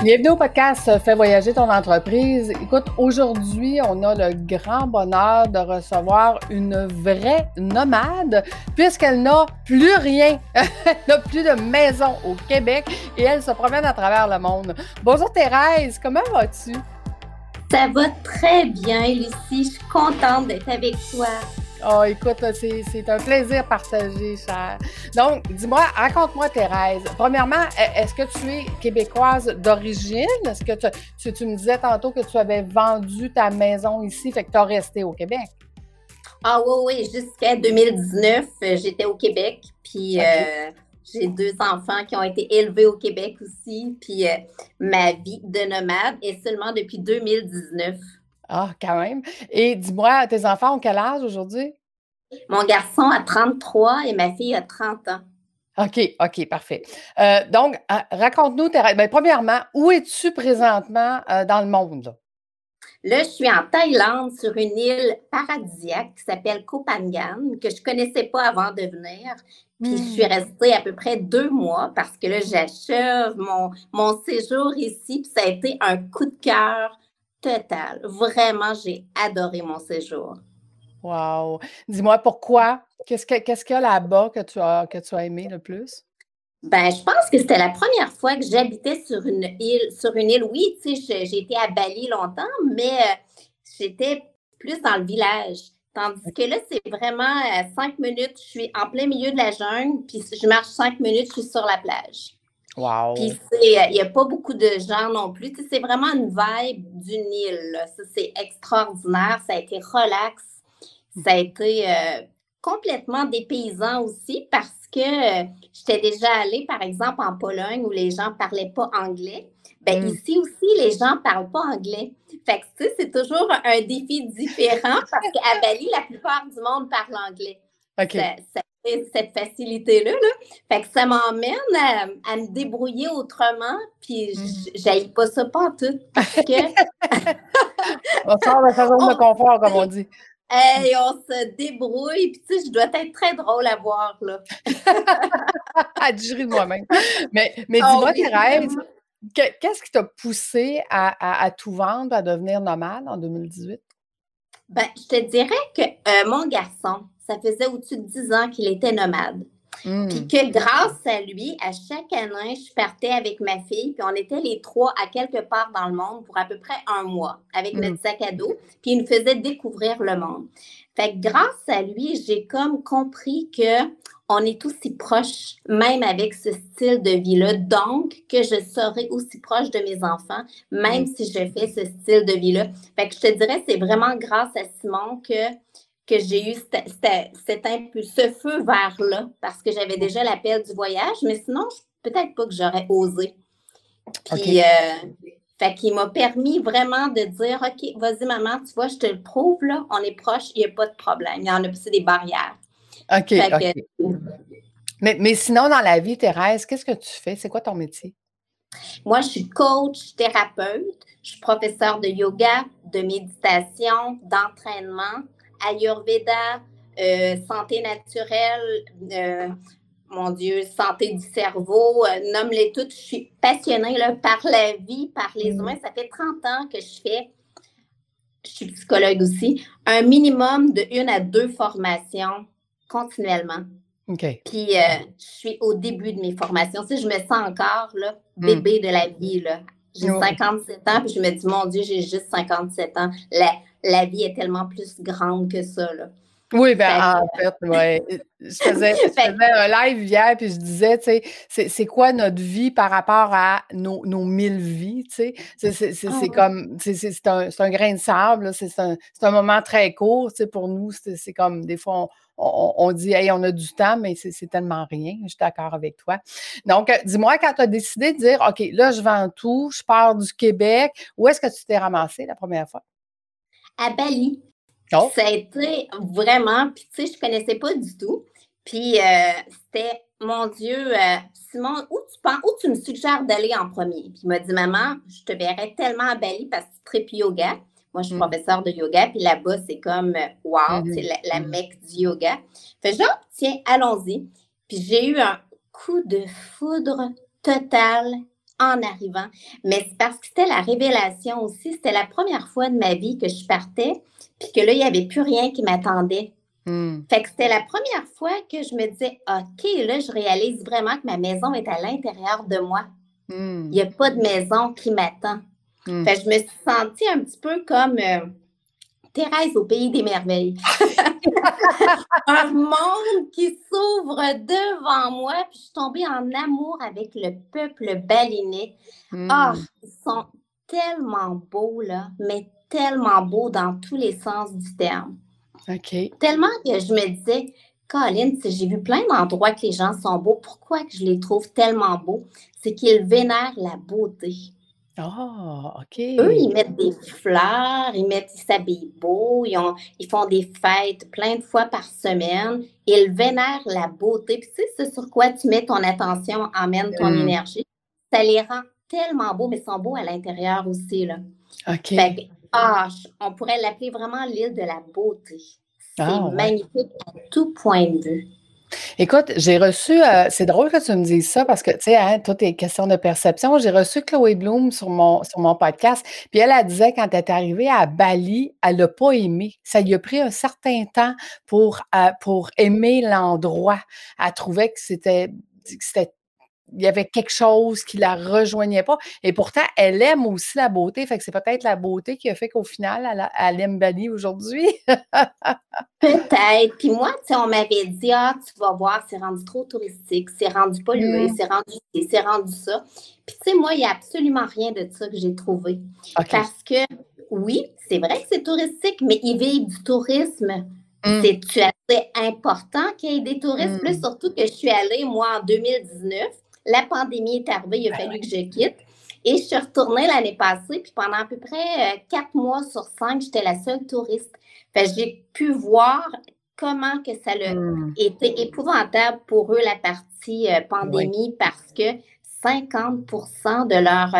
Bienvenue au podcast Fais voyager ton entreprise. Écoute, aujourd'hui, on a le grand bonheur de recevoir une vraie nomade puisqu'elle n'a plus rien. Elle n'a plus de maison au Québec et elle se promène à travers le monde. Bonjour Thérèse, comment vas-tu? Ça va très bien, Lucie. Je suis contente d'être avec toi. Oh, écoute, c'est un plaisir partagé, cher. Donc, dis-moi, raconte-moi, Thérèse. Premièrement, est-ce que tu es québécoise d'origine? Est-ce que tu me disais tantôt que tu avais vendu ta maison ici, fait que tu as resté au Québec? Ah oui, jusqu'à 2019, j'étais au Québec. Puis OK. j'ai 2 enfants qui ont été élevés au Québec aussi. Puis ma vie de nomade est seulement depuis 2019. Ah, quand même. Et dis-moi, tes enfants ont quel âge aujourd'hui? Mon garçon a 33 et ma fille a 30 ans. OK, parfait. Donc, raconte-nous, Thérèse. Bien, premièrement, où es-tu présentement dans le monde, là? Là, je suis en Thaïlande sur une île paradisiaque qui s'appelle Koh Phangan, que je ne connaissais pas avant de venir. Puis je suis restée à peu près 2 mois parce que là, j'achève mon séjour ici. Puis ça a été un coup de cœur total. Vraiment, j'ai adoré mon séjour. Wow! Dis-moi pourquoi? Qu'est-ce qu'il y a là-bas que tu as aimé le plus? Ben, je pense que c'était la première fois que j'habitais sur une île. Sur une île, oui, tu sais, j'ai été à Bali longtemps, mais j'étais plus dans le village. Tandis que là, c'est vraiment 5 minutes, je suis en plein milieu de la jungle, puis je marche 5 minutes, je suis sur la plage. Puis Wow! il n'y a pas beaucoup de gens non plus. Tu sais, c'est vraiment une vibe d'une île, là. Ça, c'est extraordinaire. Ça a été relax. Ça a été complètement dépaysant aussi parce que j'étais déjà allée, par exemple, en Pologne où les gens ne parlaient pas anglais. Ben, ici aussi, les gens ne parlent pas anglais. Fait que, tu sais, c'est toujours un défi différent parce qu'à Bali, la plupart du monde parle anglais. OK. Ça fait cette facilité-là, là. Fait que ça m'emmène à me débrouiller autrement, puis j'haïs pas ça pas en tout parce que On sort de sa zone de confort, comme on dit. hey, on se débrouille, puis tu sais, je dois être très drôle à voir, là. À digérer de moi-même. Mais Oh dis-moi, oui, Thérèse, vraiment. qu'est-ce qui t'a poussé à tout vendre, à devenir nomade en 2018? Ben, je te dirais que mon garçon, ça faisait au-dessus de 10 ans qu'il était nomade. Puis que grâce à lui, à chaque année, je partais avec ma fille, puis on était les trois à quelque part dans le monde pour à peu près un mois avec notre sac à dos, puis il nous faisait découvrir le monde. Fait que grâce à lui, j'ai comme compris que on est aussi proche, même avec ce style de vie-là, donc que je serai aussi proche de mes enfants, même si je fais ce style de vie-là. Fait que je te dirais, c'est vraiment grâce à Simon que j'ai eu ce feu vers là, parce que j'avais déjà l'appel du voyage, mais sinon, peut-être pas que j'aurais osé. Puis, fait qu'il m'a permis vraiment de dire, OK, vas-y maman, tu vois, je te le prouve, là, on est proche, il n'y a pas de problème. Il y en a plus des barrières. OK, Fait OK. que, Mais sinon, dans la vie, Thérèse, qu'est-ce que tu fais? C'est quoi ton métier? moi, je suis coach, thérapeute, je suis professeure de yoga, de méditation, d'entraînement, Ayurveda, santé naturelle, mon Dieu, santé du cerveau, nomme-les toutes. Je suis passionnée là, par la vie, par les humains. Ça fait 30 ans que je suis psychologue aussi, un minimum de 1 à 2 formations continuellement. OK. Puis, je suis au début de mes formations. Tu sais, je me sens encore là, bébé de la vie. Là. J'ai 57 ans, puis je me dis, mon Dieu, j'ai juste 57 ans. La vie est tellement plus grande que ça. Là. Oui, ben Fait en fait, ouais. Je faisais un live hier, puis je disais, tu sais, c'est quoi notre vie par rapport à nos 1000 vies, tu sais? C'est comme, c'est un grain de sable, là, c'est un moment très court, tu sais, pour nous, c'est comme, des fois, on dit: «Hey, on a du temps», mais c'est tellement rien. Je suis d'accord avec toi. Donc, dis-moi, quand tu as décidé de dire: «OK, là, je vends tout, je pars du Québec», où est-ce que tu t'es ramassée la première fois? à Bali. Oh! Ça a été vraiment, puis tu sais, je connaissais pas du tout. Puis c'était, mon Dieu, Simon, où tu me suggères d'aller en premier? Puis il m'a dit, maman, je te verrais tellement à Bali parce que tu tripes yoga. Moi, je suis professeure de yoga, puis là-bas, c'est comme, wow, c'est la mecque du yoga. Fait genre, tiens, allons-y. Puis j'ai eu un coup de foudre total en arrivant. Mais c'est parce que c'était la révélation aussi. C'était la première fois de ma vie que je partais, puis que là, il n'y avait plus rien qui m'attendait. Fait que c'était la première fois que je me disais, OK, là, je réalise vraiment que ma maison est à l'intérieur de moi. Il n'y a pas de maison qui m'attend. Fait que je me suis sentie un petit peu comme Thérèse au pays des merveilles. Un monde qui s'ouvre devant moi, puis je suis tombée en amour avec le peuple balinais. Ils sont tellement beaux, là, mais tellement beaux dans tous les sens du terme. Tellement que je me disais, Colin, j'ai vu plein d'endroits que les gens sont beaux. Pourquoi que je les trouve tellement beaux? C'est qu'ils vénèrent la beauté. OK. Eux, ils mettent des fleurs, ils s'habillent beau, ils font des fêtes plein de fois par semaine. Ils vénèrent la beauté. Puis tu sais, ce sur quoi tu mets ton attention emmène ton énergie. Ça les rend tellement beaux, mais ils sont beaux à l'intérieur aussi, là. OK. Fait que, on pourrait l'appeler vraiment l'île de la beauté. C'est magnifique à tout point de vue. Écoute, j'ai reçu, c'est drôle que tu me dises ça parce que, tu sais, hein, tout est question de perception. J'ai reçu Chloé Bloom sur mon podcast, puis elle disait quand elle est arrivée à Bali, elle n'a pas aimé. Ça lui a pris un certain temps pour aimer l'endroit. Elle trouvait que c'était il y avait quelque chose qui la rejoignait pas. Et pourtant, elle aime aussi la beauté. Fait que c'est peut-être la beauté qui a fait qu'au final, elle aime Bali aujourd'hui. Peut-être. Puis moi, tu sais, on m'avait dit, tu vas voir, c'est rendu trop touristique, c'est rendu pollué, c'est rendu ça. Puis tu sais, moi, il n'y a absolument rien de ça que j'ai trouvé. Parce que, oui, c'est vrai que c'est touristique, mais ils vivent du tourisme. C'est assez important qu'il y ait des touristes, plus surtout que je suis allée, moi, en 2019. La pandémie est arrivée, il a fallu que je quitte. Et je suis retournée l'année passée, puis pendant à peu près 4 mois sur 5, j'étais la seule touriste. Fait que j'ai pu voir comment que ça a été épouvantable pour eux, la partie pandémie, parce que 50%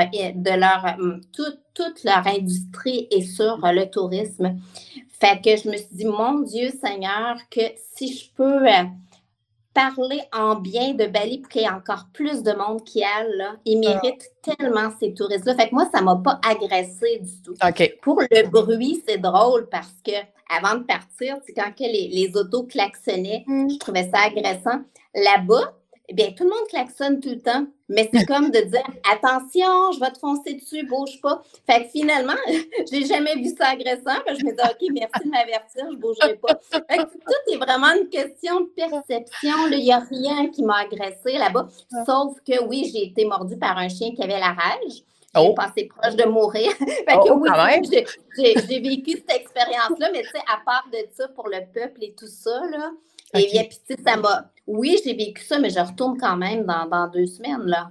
toute leur industrie est sur le tourisme. Fait que je me suis dit, mon Dieu Seigneur, que si je peux parler en bien de Bali pour qu'il y ait encore plus de monde qui aille, là, ils méritent tellement ces touristes-là. Fait que moi, ça ne m'a pas agressée du tout. Pour le bruit, c'est drôle parce que avant de partir, c'est quand que les autos klaxonnaient, je trouvais ça agressant. Là-bas, eh bien, tout le monde klaxonne tout le temps, mais c'est comme de dire « Attention, je vais te foncer dessus, bouge pas ». Fait que finalement, j'ai jamais vu ça agressant. Je me dis « OK, merci de m'avertir, je bougerai pas ». Fait que tout est vraiment une question de perception. Il n'y a rien qui m'a agressée là-bas, sauf que oui, j'ai été mordue par un chien qui avait la rage. J'ai passé proche de mourir. Fait que oui, j'ai vécu cette expérience-là, mais tu sais, à part de ça, pour le peuple et tout ça, là, et bien, puis tu sais, ça m'a... Oui, j'ai vécu ça, mais je retourne quand même dans 2 semaines, là.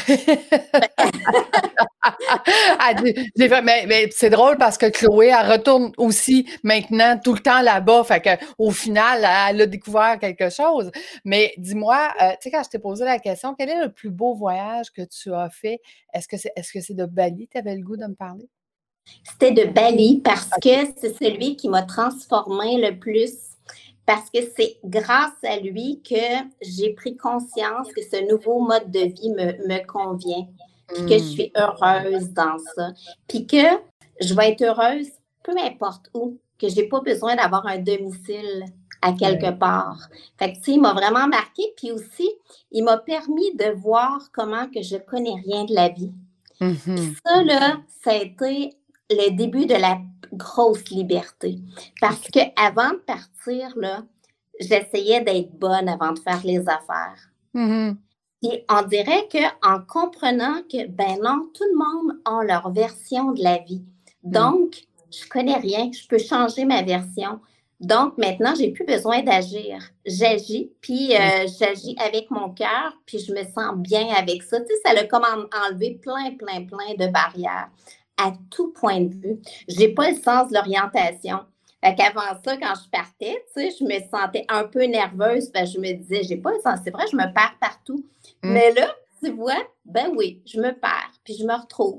Mais c'est drôle parce que Chloé, elle retourne aussi maintenant tout le temps là-bas. Fait qu'au final, elle a découvert quelque chose. Mais dis-moi, tu sais, quand je t'ai posé la question, quel est le plus beau voyage que tu as fait? Est-ce que c'est de Bali? Tu avais le goût de me parler? C'était de Bali parce que c'est celui qui m'a transformée le plus. Parce que c'est grâce à lui que j'ai pris conscience que ce nouveau mode de vie me convient, puis que je suis heureuse dans ça, puis que je vais être heureuse peu importe où, que je n'ai pas besoin d'avoir un domicile à quelque part. Fait que, tu sais, il m'a vraiment marqué, puis aussi, il m'a permis de voir comment que je connais rien de la vie. Puis ça, là, ça a été le début de la grosse liberté. Parce qu'avant de partir, là, j'essayais d'être bonne avant de faire les affaires. Et on dirait qu'en comprenant que, ben non, tout le monde a leur version de la vie. Donc, je connais rien, je peux changer ma version. Donc, maintenant, j'ai plus besoin d'agir. J'agis, puis j'agis avec mon cœur, puis je me sens bien avec ça. Tu sais, ça a comme enlevé plein de barrières à tout point de vue. J'ai pas le sens de l'orientation. Fait qu'avant ça, quand je partais, tu sais, je me sentais un peu nerveuse, parce que je me disais, j'ai pas le sens. C'est vrai, je me perds partout. Mais là, tu vois, ben oui, je me perds, puis je me retrouve.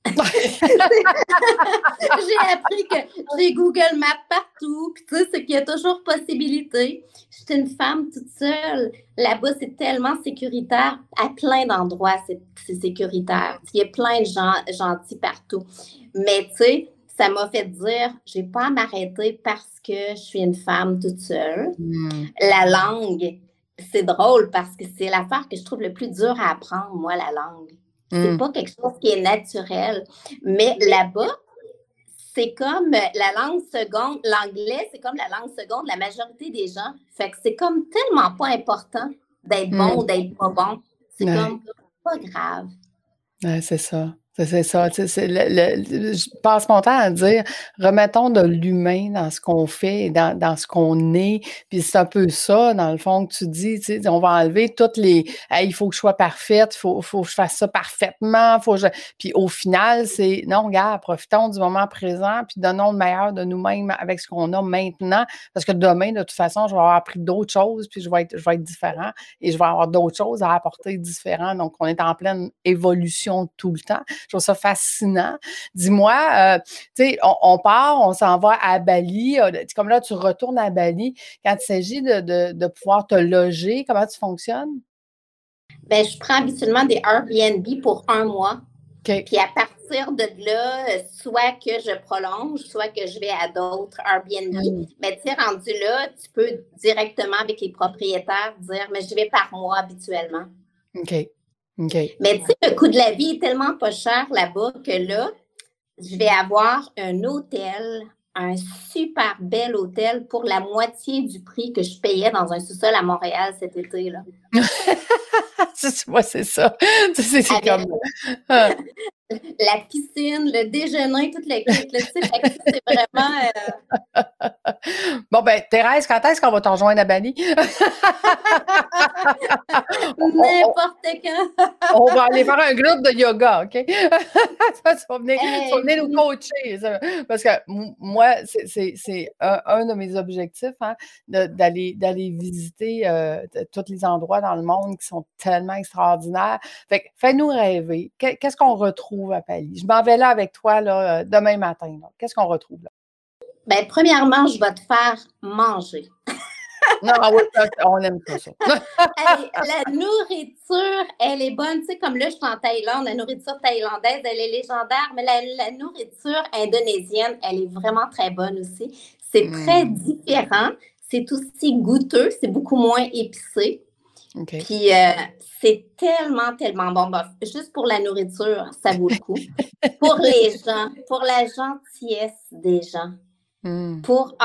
J'ai appris que j'ai Google Maps partout, puis tu sais, c'est qu'il y a toujours possibilité. Je suis une femme toute seule. Là-bas, c'est tellement sécuritaire. À plein d'endroits, c'est sécuritaire. Il y a plein de gens gentils partout. Mais tu sais, ça m'a fait dire, j'ai pas à m'arrêter parce que je suis une femme toute seule. La langue, c'est drôle parce que c'est l'affaire que je trouve le plus dur à apprendre, moi, la langue. C'est pas quelque chose qui est naturel. Mais là-bas, c'est comme la langue seconde, l'anglais, c'est comme la langue seconde de la majorité des gens. Fait que c'est comme tellement pas important d'être bon ou d'être pas bon. C'est comme pas grave. Ouais, c'est ça. C'est ça. Je passe mon temps à dire, remettons de l'humain dans ce qu'on fait, dans ce qu'on est. Puis c'est un peu ça, dans le fond, que tu dis, tu sais, on va enlever toutes les hey, il faut que je sois parfaite, il faut que je fasse ça parfaitement. Puis au final, c'est non, regarde, profitons du moment présent, puis donnons le meilleur de nous-mêmes avec ce qu'on a maintenant. Parce que demain, de toute façon, je vais avoir appris d'autres choses, puis je vais être différent et je vais avoir d'autres choses à apporter différents. Donc, on est en pleine évolution tout le temps. Je trouve ça fascinant. Dis-moi, tu sais, on part, on s'en va à Bali. Comme là, tu retournes à Bali. Quand il s'agit de pouvoir te loger, comment tu fonctionnes? Bien, je prends habituellement des Airbnb pour 1 mois. Okay. Puis à partir de là, soit que je prolonge, soit que je vais à d'autres Airbnb. Mais tu sais, rendu là, tu peux directement avec les propriétaires dire, mais je vais par mois habituellement. OK. Mais tu sais, le coût de la vie est tellement pas cher là-bas que là, je vais avoir un hôtel, un super bel hôtel pour la moitié du prix que je payais dans un sous-sol à Montréal cet été, là. Moi, c'est ça. C'est comme... La piscine, le déjeuner, toute la kit, là, tu sais, c'est vraiment... Bon, ben, Thérèse, quand est-ce qu'on va te rejoindre à Bali? N'importe quand. On va aller faire un groupe de yoga, OK? Tu vas venir nous coacher. Parce que moi, c'est un de mes objectifs, hein, d'aller visiter tous les endroits dans le monde qui sont tellement extraordinaires. Fait que fais-nous rêver. Qu'est-ce qu'on retrouve à Bali? Je m'en vais là avec toi là, demain matin. Qu'est-ce qu'on retrouve là? Ben, premièrement, je vais te faire manger. Non, oui, on aime pas ça. La nourriture, elle est bonne. Tu sais, comme là, je suis en Thaïlande, la nourriture thaïlandaise, elle est légendaire, mais la nourriture indonésienne, elle est vraiment très bonne aussi. C'est très différent. C'est aussi goûteux. C'est beaucoup moins épicé. Okay. Puis, c'est tellement, tellement bon. Bon. Juste pour la nourriture, ça vaut le coup. Pour les gens, pour la gentillesse des gens, pour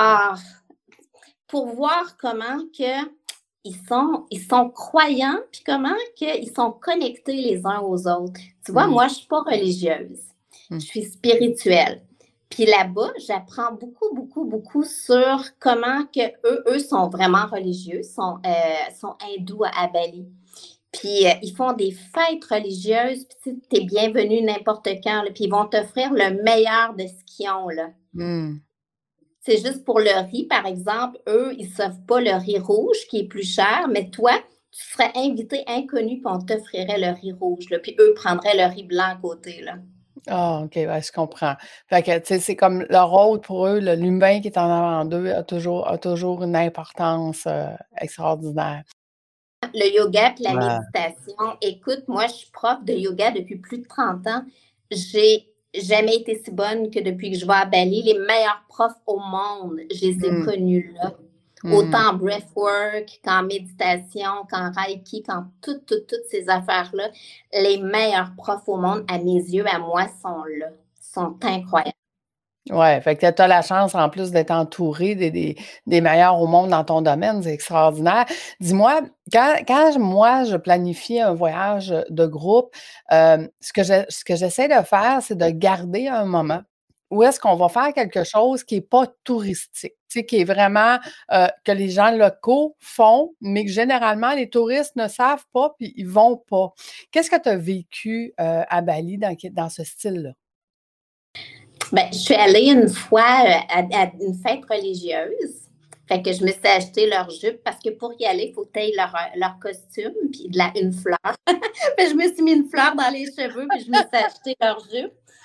voir comment que ils sont croyants, puis comment qu'ils sont connectés les uns aux autres. Tu vois, moi, je suis pas religieuse. Je suis spirituelle. Puis là-bas, j'apprends beaucoup, beaucoup, beaucoup sur comment que eux sont vraiment religieux, sont hindous à Bali. Puis ils font des fêtes religieuses, puis tu es bienvenue n'importe quand, là, puis ils vont t'offrir le meilleur de ce qu'ils ont, là. C'est juste pour le riz, par exemple, eux, ils ne s'offrent pas le riz rouge qui est plus cher, mais toi, tu serais invité inconnu, puis on t'offrirait le riz rouge, là, puis eux prendraient le riz blanc à côté, là. Ah, OK, ouais, je comprends. Fait que, tu sais, c'est comme le rôle pour eux, l'humain qui est en avant d'eux a toujours une importance extraordinaire. Le yoga et la méditation. Écoute, moi, je suis prof de yoga depuis plus de 30 ans. J'ai jamais été si bonne que depuis que je vais à Bali. Les meilleurs profs au monde, je les ai connus là. Autant en breathwork qu'en méditation, qu'en reiki, qu'en toutes ces affaires-là. Les meilleurs profs au monde, à mes yeux, à moi, sont là. Sont incroyables. Oui, fait que tu as la chance en plus d'être entouré des meilleurs au monde dans ton domaine, c'est extraordinaire. Dis-moi, quand moi je planifie un voyage de groupe, ce que j'essaie de faire, c'est de garder un moment où est-ce qu'on va faire quelque chose qui n'est pas touristique, tu sais, qui est vraiment que les gens locaux font, mais que généralement les touristes ne savent pas puis ils vont pas. Qu'est-ce que tu as vécu à Bali dans ce style-là? Ben, je suis allée une fois à une fête religieuse. Fait que je me suis acheté leur jupe parce que pour y aller, il faut tailler leur costume puis une fleur. Je me suis mis une fleur dans les cheveux puis je me suis acheté leur jupe.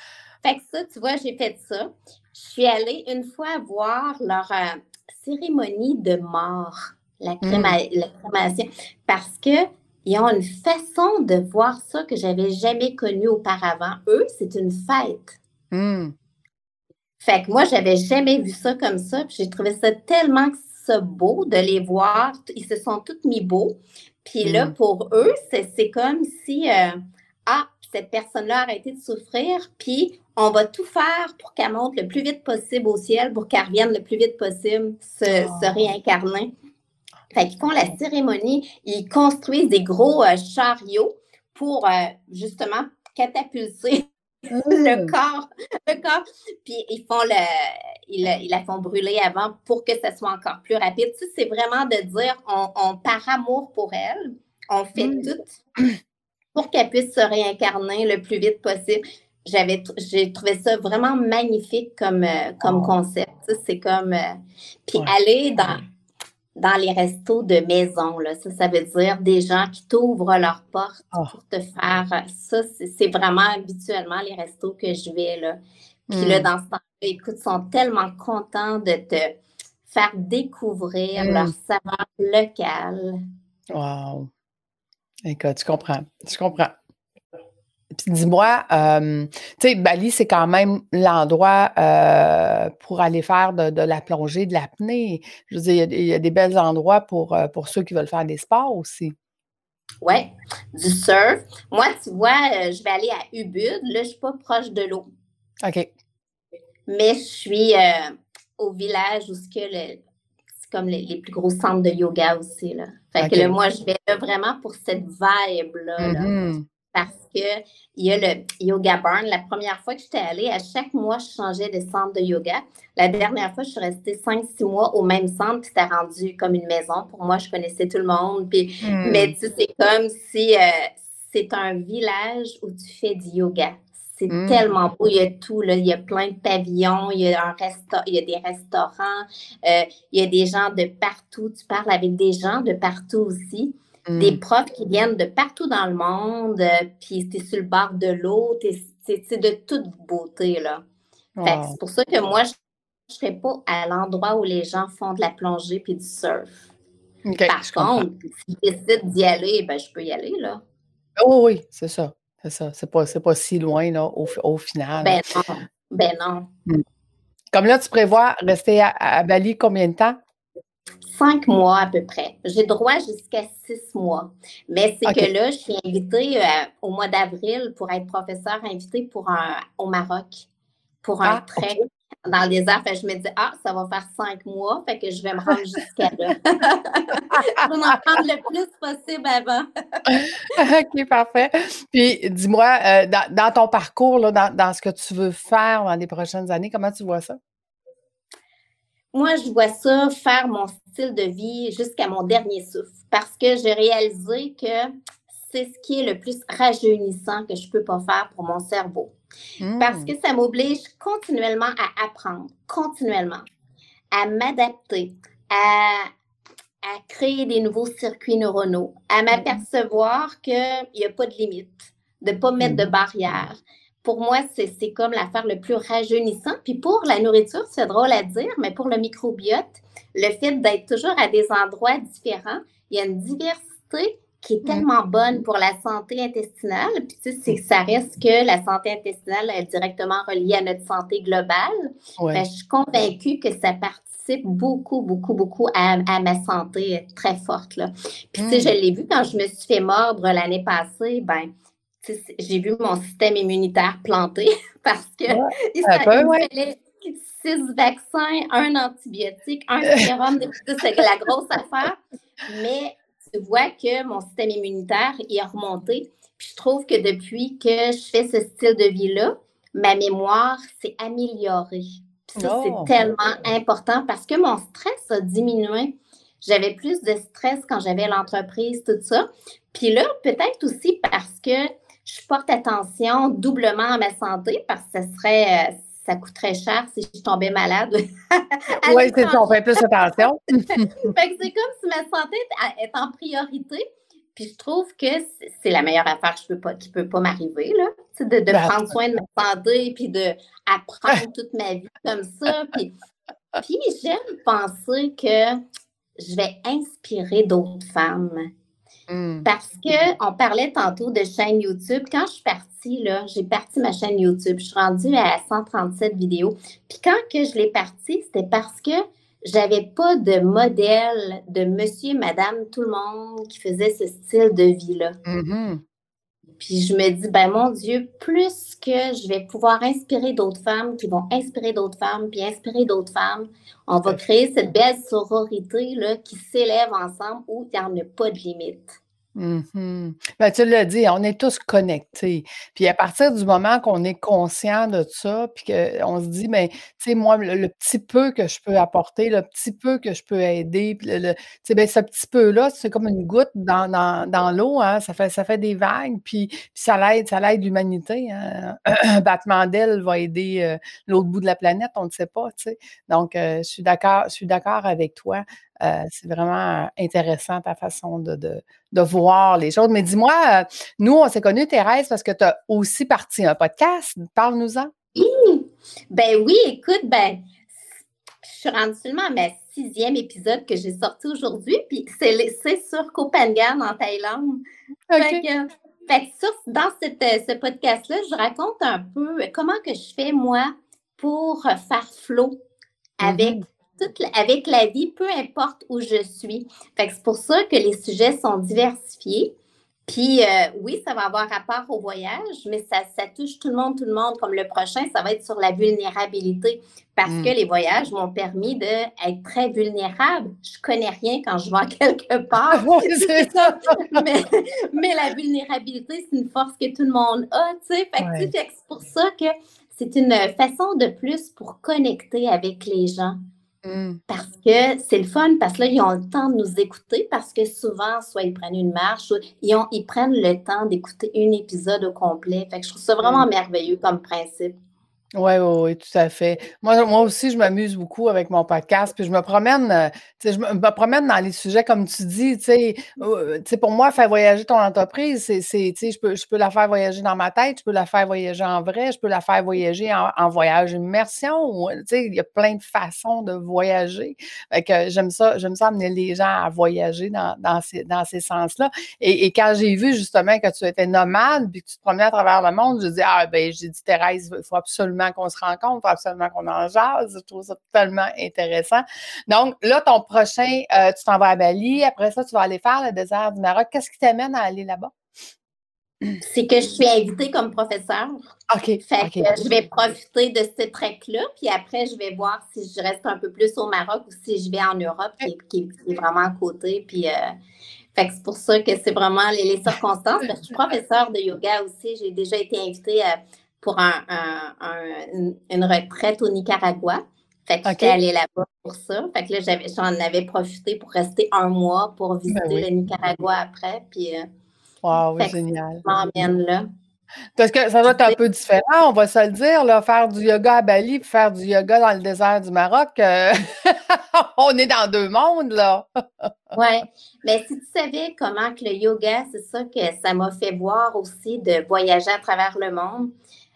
Fait que ça, tu vois, j'ai fait ça. Je suis allée une fois voir leur cérémonie de mort, la crémation, parce qu'ils ont une façon de voir ça que j'avais jamais connue auparavant. Eux, c'est une fête. Fait que moi, j'avais jamais vu ça comme ça. Puis j'ai trouvé ça tellement ça beau de les voir. Ils se sont tous mis beaux. Puis là, pour eux, c'est comme si, cette personne-là a arrêté de souffrir, puis on va tout faire pour qu'elle monte le plus vite possible au ciel, pour qu'elle revienne le plus vite possible se réincarner. Fait qu'ils font la cérémonie, ils construisent des gros chariots pour justement catapulter le corps. Puis ils la font brûler avant pour que ça soit encore plus rapide. Tu sais, c'est vraiment de dire, par amour pour elle, on fait tout pour qu'elle puisse se réincarner le plus vite possible. J'ai trouvé ça vraiment magnifique comme concept. Tu sais, c'est comme... puis aller dans les restos de maison, là, ça veut dire des gens qui t'ouvrent leurs portes pour te faire... Ça, c'est vraiment habituellement les restos que je vais, là. Puis là, dans ce temps-là, écoute, ils sont tellement contents de te faire découvrir leur saveur locale. Wow! Écoute, je comprends. Puis dis-moi, tu sais, Bali, c'est quand même l'endroit pour aller faire de la plongée, de l'apnée. Je veux dire, il y a des bels endroits pour ceux qui veulent faire des sports aussi. Oui, du surf. Moi, tu vois, je vais aller à Ubud. Là, je ne suis pas proche de l'eau. OK. Mais je suis au village où c'est comme les plus gros centres de yoga aussi, là. Fait que là, moi, je vais là vraiment pour cette vibe-là, là. Parce qu'il y a le Yoga Burn. La première fois que j'étais allée, à chaque mois, je changeais de centre de yoga. La dernière fois, je suis restée 5-6 mois au même centre, puis c'était rendu comme une maison. Pour moi, je connaissais tout le monde. Puis, mais tu sais, c'est comme si c'est un village où tu fais du yoga. C'est tellement beau, il y a tout, là. Il y a plein de pavillons, il y a des restaurants, il y a des gens de partout. Tu parles avec des gens de partout aussi. Des profs qui viennent de partout dans le monde, puis tu es sur le bord de l'eau, c'est de toute beauté, là. Fait que c'est pour ça que moi, je ne serais pas à l'endroit où les gens font de la plongée puis du surf. Par contre, si je décide d'y aller, ben, je peux y aller, là. Oh, oui, c'est ça. C'est pas si loin, là, au final. Ben non. Comme là, tu prévois rester à Bali combien de temps? 5 mois à peu près. J'ai droit jusqu'à 6 mois. Mais c'est que là, je suis invitée au mois d'avril pour être professeure invitée au Maroc pour un trek dans le désert. Fait que je me dis, ça va faire 5 mois, fait que je vais me rendre jusqu'à là. Je vais en prendre le plus possible avant. OK, parfait. Puis dis-moi, dans ton parcours, là, dans ce que tu veux faire dans les prochaines années, comment tu vois ça? Moi, je vois ça faire mon style de vie jusqu'à mon dernier souffle parce que j'ai réalisé que c'est ce qui est le plus rajeunissant que je ne peux pas faire pour mon cerveau. Parce que ça m'oblige continuellement à apprendre, continuellement, à m'adapter, à créer des nouveaux circuits neuronaux, à m'apercevoir qu'il n'y a pas de limite, de ne pas mettre de barrières. Pour moi, c'est comme l'affaire le plus rajeunissant. Puis pour la nourriture, c'est drôle à dire, mais pour le microbiote, le fait d'être toujours à des endroits différents, il y a une diversité qui est tellement bonne pour la santé intestinale. Puis tu sais, ça reste que la santé intestinale est directement reliée à notre santé globale. Ben, je suis convaincue que ça participe beaucoup, beaucoup, beaucoup à ma santé très forte, là. Puis tu sais, je l'ai vu quand je me suis fait mordre l'année passée, ben j'ai vu mon système immunitaire planté parce que il fallait 6 vaccins, 1 antibiotique, 1 sérum, c'est la grosse affaire. Mais tu vois que mon système immunitaire est remonté. Puis je trouve que depuis que je fais ce style de vie-là, ma mémoire s'est améliorée. Puis ça, c'est tellement important parce que mon stress a diminué. J'avais plus de stress quand j'avais l'entreprise, tout ça. Puis là, peut-être aussi parce que je porte attention doublement à ma santé parce que ça coûterait cher si je tombais malade. Oui, c'est ça, on fait plus attention. Fait que c'est comme si ma santé est en priorité. Puis je trouve que c'est la meilleure affaire qui peut pas m'arriver, là. De Ben, prendre soin de ma santé, puis d'apprendre toute ma vie comme ça. Puis j'aime penser que je vais inspirer d'autres femmes. Parce qu'on parlait tantôt de chaîne YouTube. Quand je suis partie, là, j'ai parti ma chaîne YouTube. Je suis rendue à 137 vidéos. Puis quand que je l'ai partie, c'était parce que j'avais pas de modèle de monsieur, madame, tout le monde qui faisait ce style de vie-là. Puis je me dis, ben mon Dieu, plus que je vais pouvoir inspirer d'autres femmes qui vont inspirer d'autres femmes, puis inspirer d'autres femmes, on va créer cette belle sororité là, qui s'élève ensemble où il n'y en a pas de limite. Ben, tu l'as dit, on est tous connectés. Puis à partir du moment qu'on est conscient de ça, puis qu'on se dit, ben, tu sais, moi, le petit peu que je peux apporter, le petit peu que je peux aider, puis tu sais, ben, ce petit peu-là, c'est comme une goutte dans l'eau, hein, ça fait des vagues, puis ça l'aide l'humanité. Hein. Un battement d'aile va aider l'autre bout de la planète, on ne sait pas, tu sais. Donc, je suis d'accord avec toi. C'est vraiment intéressant ta façon de voir les choses. Mais dis-moi, nous, on s'est connus, Thérèse, parce que tu as aussi parti un podcast. Parle-nous-en. Ben oui, écoute, je suis rendue seulement à ma 6e épisode que j'ai sorti aujourd'hui, puis c'est sur Koh Phangan en Thaïlande. Okay. Dans ce podcast-là, je raconte un peu comment que je fais, moi, pour faire flow avec la vie, peu importe où je suis. Fait que c'est pour ça que les sujets sont diversifiés. Puis oui, ça va avoir rapport au voyage, mais ça touche tout le monde, comme le prochain, ça va être sur la vulnérabilité. Parce que les voyages m'ont permis d'être très vulnérable. Je connais rien quand je vais quelque part. C'est ça. mais la vulnérabilité, c'est une force que tout le monde a, tu sais. Fait que c'est pour ça que c'est une façon de plus pour connecter avec les gens. Parce que c'est le fun, parce que là, ils ont le temps de nous écouter, parce que souvent, soit ils prennent une marche, soit ils prennent le temps d'écouter un épisode au complet. Fait que je trouve ça vraiment merveilleux comme principe. Oui, tout à fait. Moi aussi, je m'amuse beaucoup avec mon podcast, puis je me promène dans les sujets, comme tu dis, tu sais, pour moi, faire voyager ton entreprise, tu sais, je peux la faire voyager dans ma tête, je peux la faire voyager en vrai, je peux la faire voyager en voyage immersion, tu sais, il y a plein de façons de voyager. Fait que j'aime ça amener les gens à voyager dans ces sens-là. Et quand j'ai vu justement que tu étais nomade, puis que tu te promenais à travers le monde, j'ai dit, Thérèse, il faut absolument qu'on se rencontre, il faut absolument qu'on en jase. Je trouve ça tellement intéressant. Donc, là, ton prochain, tu t'en vas à Bali. Après ça, tu vas aller faire le désert du Maroc. Qu'est-ce qui t'amène à aller là-bas? C'est que je suis invitée comme professeure. OK. Je vais profiter de ce trek-là, puis après, je vais voir si je reste un peu plus au Maroc ou si je vais en Europe, qui est vraiment à côté. Puis, fait que c'est pour ça que c'est vraiment les circonstances. Parce que je suis professeure de yoga aussi. J'ai déjà été invitée pour une retraite au Nicaragua. Fait que j'étais allée là-bas pour ça. Fait que là, j'en avais profité pour rester 1 mois pour visiter le Nicaragua après. Puis, wow, génial. Ça m'emmène là. Parce que ça doit être un peu différent, on va se le dire, là, faire du yoga à Bali puis faire du yoga dans le désert du Maroc, on est dans 2 mondes, là. Oui, mais si tu savais comment que le yoga, c'est ça que ça m'a fait voir aussi de voyager à travers le monde.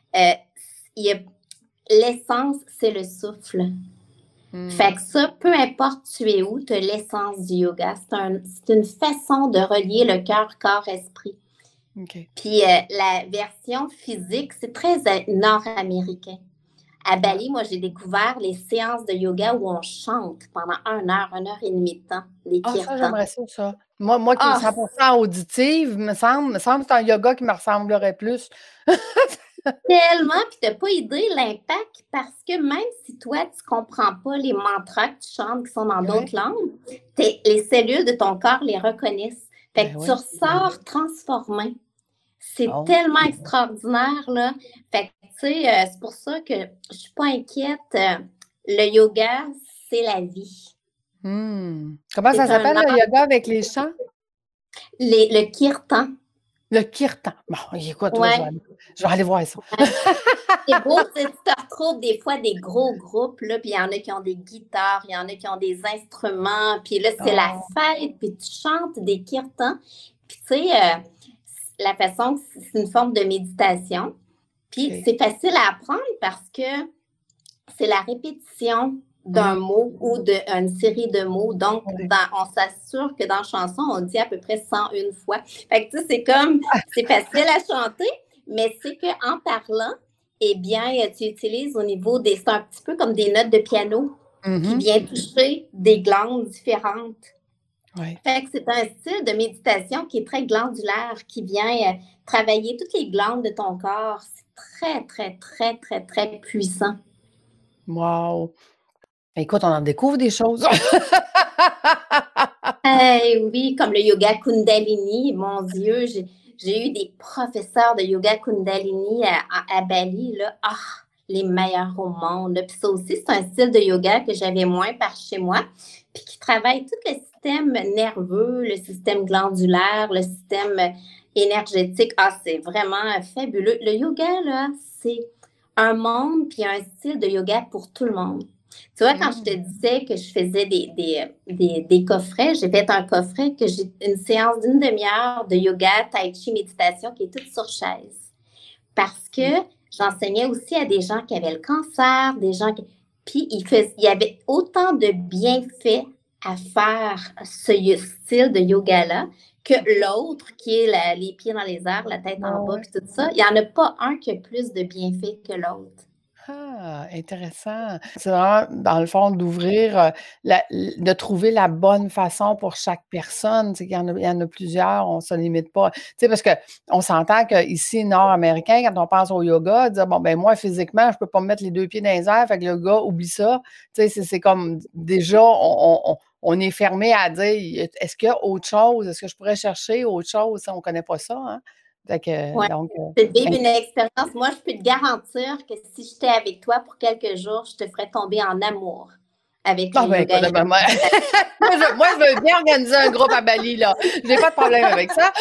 L'essence, c'est le souffle. Fait que ça, peu importe tu es où, tu as l'essence du yoga. C'est une façon de relier le cœur, corps, esprit. Puis la version physique, c'est très nord-américain. À Bali, moi, j'ai découvert les séances de yoga où on chante pendant 1 heure, 1h30 de temps. Les kirtans. Ça, j'aimerais ça. Moi qui suis 100% auditive, me semble que c'est un yoga qui me ressemblerait plus. Tellement, puis tu n'as pas idée l'impact parce que même si toi, tu ne comprends pas les mantras que tu chantes qui sont dans d'autres langues, les cellules de ton corps les reconnaissent. Fait que tu ressors transformé. C'est tellement extraordinaire, là. Fait que, tu sais, c'est pour ça que je ne suis pas inquiète. Le yoga, c'est la vie. Comment ça s'appelle, le yoga avec les chants? Le kirtan. Le kirtan. Bon, écoute, je vais aller voir ça. C'est beau, tu te retrouves des fois des gros groupes, là, puis il y en a qui ont des guitares, il y en a qui ont des instruments, puis là, c'est la fête, puis tu chantes des kirtans. Puis, tu sais, la façon, c'est une forme de méditation. Puis, c'est facile à apprendre parce que c'est la répétition d'un mot ou d'une série de mots. Donc, on s'assure que dans la chanson, on dit à peu près 101 fois. Fait que, tu sais, c'est facile à chanter, mais c'est qu'en parlant, eh bien, tu utilises au niveau des... C'est un petit peu comme des notes de piano qui viennent toucher des glandes différentes. Fait que c'est un style de méditation qui est très glandulaire, qui vient travailler toutes les glandes de ton corps. C'est très, très, très, très, très puissant. Wow! Écoute, on en découvre des choses. Oui, comme le yoga Kundalini. Mon Dieu, j'ai eu des professeurs de yoga Kundalini à Bali, là. Les meilleurs au monde. Puis ça aussi, c'est un style de yoga que j'avais moins par chez moi, puis qui travaille tout le système nerveux, le système glandulaire, le système énergétique. C'est vraiment fabuleux. Le yoga, là, c'est un monde puis un style de yoga pour tout le monde. Tu vois, quand je te disais que je faisais des coffrets, j'ai fait un coffret que j'ai une séance d'une demi-heure de yoga, tai chi, méditation qui est toute sur chaise. Parce que j'enseignais aussi à des gens qui avaient le cancer, des gens qui... Puis, il y avait autant de bienfaits à faire ce style de yoga-là que l'autre qui est les pieds dans les airs, la tête en bas, puis tout ça. Il n'y en a pas un qui a plus de bienfaits que l'autre. Intéressant. C'est vraiment, dans le fond, d'ouvrir, de trouver la bonne façon pour chaque personne. Il y en a plusieurs, on ne se limite pas. Parce qu'on s'entend qu'ici, nord-américain, quand on pense au yoga, dire, bon, ben moi, physiquement, je ne peux pas me mettre les deux pieds dans les airs, fait que le yoga, oublie ça. C'est comme, déjà, on est fermé à dire, est-ce qu'il y a autre chose? Est-ce que je pourrais chercher autre chose? On ne connaît pas ça, hein? Donc, c'est de vivre une expérience. Moi, je peux te garantir que si j'étais avec toi pour quelques jours, je te ferais tomber en amour avec le yoga. Moi, je veux bien organiser un groupe à Bali, là. Je n'ai pas de problème avec ça.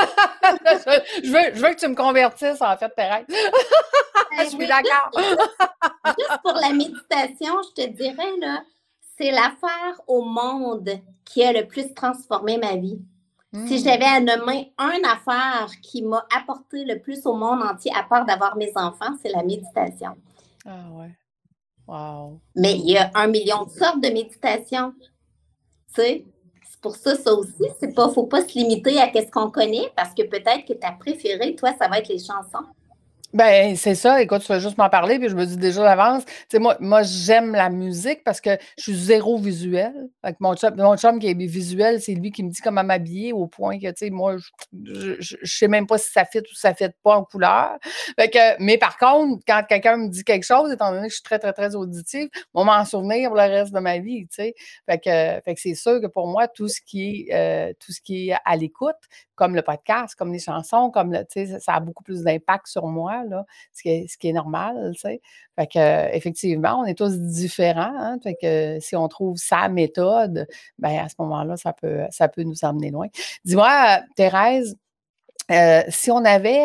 je veux que tu me convertisses, en fait, Thérèse. Je suis d'accord. Juste pour la méditation, je te dirais, là, c'est l'affaire au monde qui a le plus transformé ma vie. Si j'avais à nommer une affaire qui m'a apporté le plus au monde entier, à part d'avoir mes enfants, c'est la méditation. Ah ouais. Wow. Mais il y a 1 million de sortes de méditation. Tu sais, c'est pour ça aussi, faut pas se limiter à ce qu'on connaît, parce que peut-être que ta préférée, toi, ça va être les chansons. Ben, c'est ça. Écoute, tu vas juste m'en parler, puis je me dis déjà d'avance. Tu sais, moi, j'aime la musique parce que je suis zéro visuel. Fait que mon chum qui est visuel, c'est lui qui me dit comment m'habiller au point que, tu sais, moi, je sais même pas si ça fit ou ça fit pas en couleur. Fait que, mais par contre, quand quelqu'un me dit quelque chose, étant donné que je suis très, très, très auditive, on m'en souvenir pour le reste de ma vie, tu sais. Fait que c'est sûr que pour moi, tout ce qui est à l'écoute, comme le podcast, comme les chansons, comme tu sais, ça a beaucoup plus d'impact sur moi, là, ce qui est normal, tu sais. Fait que, effectivement, on est tous différents, hein, fait que si on trouve sa méthode, ben à ce moment-là, ça peut nous emmener loin. Dis-moi, Thérèse, si on avait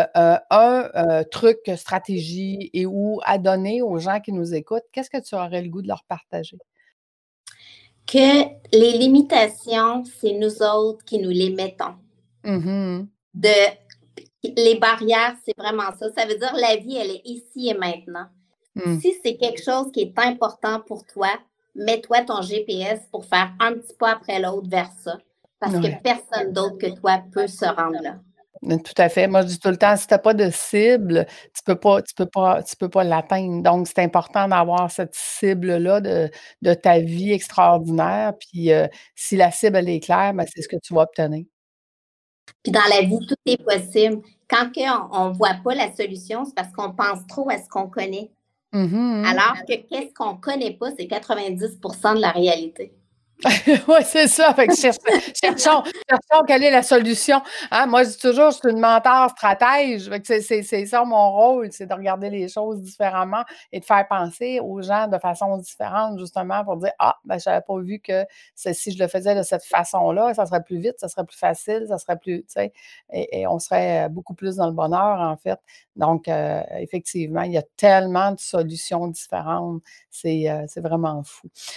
un truc, stratégie et ou à donner aux gens qui nous écoutent, qu'est-ce que tu aurais le goût de leur partager? Que les limitations, c'est nous autres qui nous les mettons. Les barrières, c'est vraiment ça. Ça veut dire la vie, elle est ici et maintenant. Si c'est quelque chose qui est important pour toi, mets-toi ton GPS pour faire un petit pas après l'autre vers ça. Parce que personne d'autre que toi peut se rendre là. Tout à fait. Moi, je dis tout le temps, si tu n'as pas de cible, tu peux pas l'atteindre. Donc, c'est important d'avoir cette cible-là de ta vie extraordinaire. Puis, si la cible, elle est claire, ben, c'est ce que tu vas obtenir. Puis dans la vie, tout est possible. Quand on ne voit pas la solution, c'est parce qu'on pense trop à ce qu'on connaît. Alors que qu'est-ce qu'on ne connaît pas, c'est 90% de la réalité. Oui, c'est ça. Fait que cherchons quelle est la solution. Hein? Moi, je dis toujours, je suis une mentor stratège. Fait que c'est ça mon rôle, c'est de regarder les choses différemment et de faire penser aux gens de façon différente, justement, pour dire, ben, je n'avais pas vu que si je le faisais de cette façon-là, ça serait plus vite, ça serait plus facile, ça serait plus, tu sais, et on serait beaucoup plus dans le bonheur, en fait. Donc, effectivement, il y a tellement de solutions différentes. C'est vraiment fou.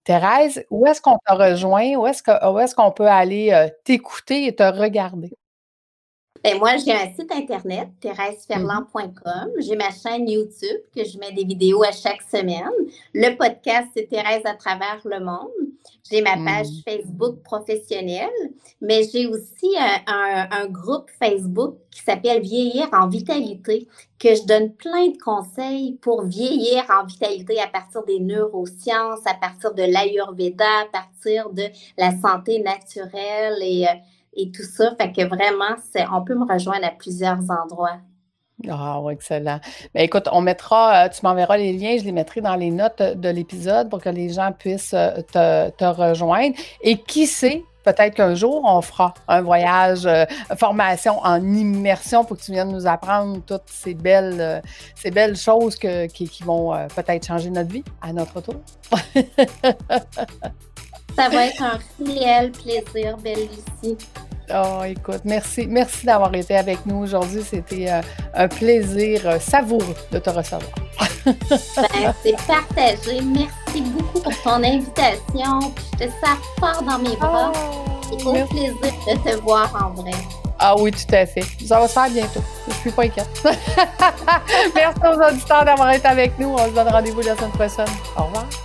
Thérèse, où est-ce qu'on te rejoint? Où est-ce qu'on peut aller t'écouter et te regarder? Ben moi, j'ai un site internet, thérèseferland.com. J'ai ma chaîne YouTube que je mets des vidéos à chaque semaine. Le podcast, c'est Thérèse à travers le monde. J'ai ma page Facebook professionnelle, mais j'ai aussi un groupe Facebook qui s'appelle Vieillir en vitalité, que je donne plein de conseils pour vieillir en vitalité à partir des neurosciences, à partir de l'Ayurveda, à partir de la santé naturelle et tout ça. Fait que vraiment, on peut me rejoindre à plusieurs endroits. Ah, oui, excellent. Bien, écoute, tu m'enverras les liens, je les mettrai dans les notes de l'épisode pour que les gens puissent te rejoindre. Et qui sait, peut-être qu'un jour, on fera un voyage, formation en immersion pour que tu viennes nous apprendre toutes ces belles choses qui vont peut-être changer notre vie à notre tour. Ça va être un réel plaisir, belle Lucie. Oh, écoute, merci d'avoir été avec nous aujourd'hui. C'était un plaisir savoureux de te recevoir. C'est partagé. Merci beaucoup pour ton invitation. Je te sers fort dans mes bras. C'est un plaisir de te voir en vrai. Ah oui, tout à fait. Ça va se faire bientôt. Je ne suis pas inquiète. Merci aux auditeurs d'avoir été avec nous. On se donne rendez-vous la semaine prochaine. Au revoir.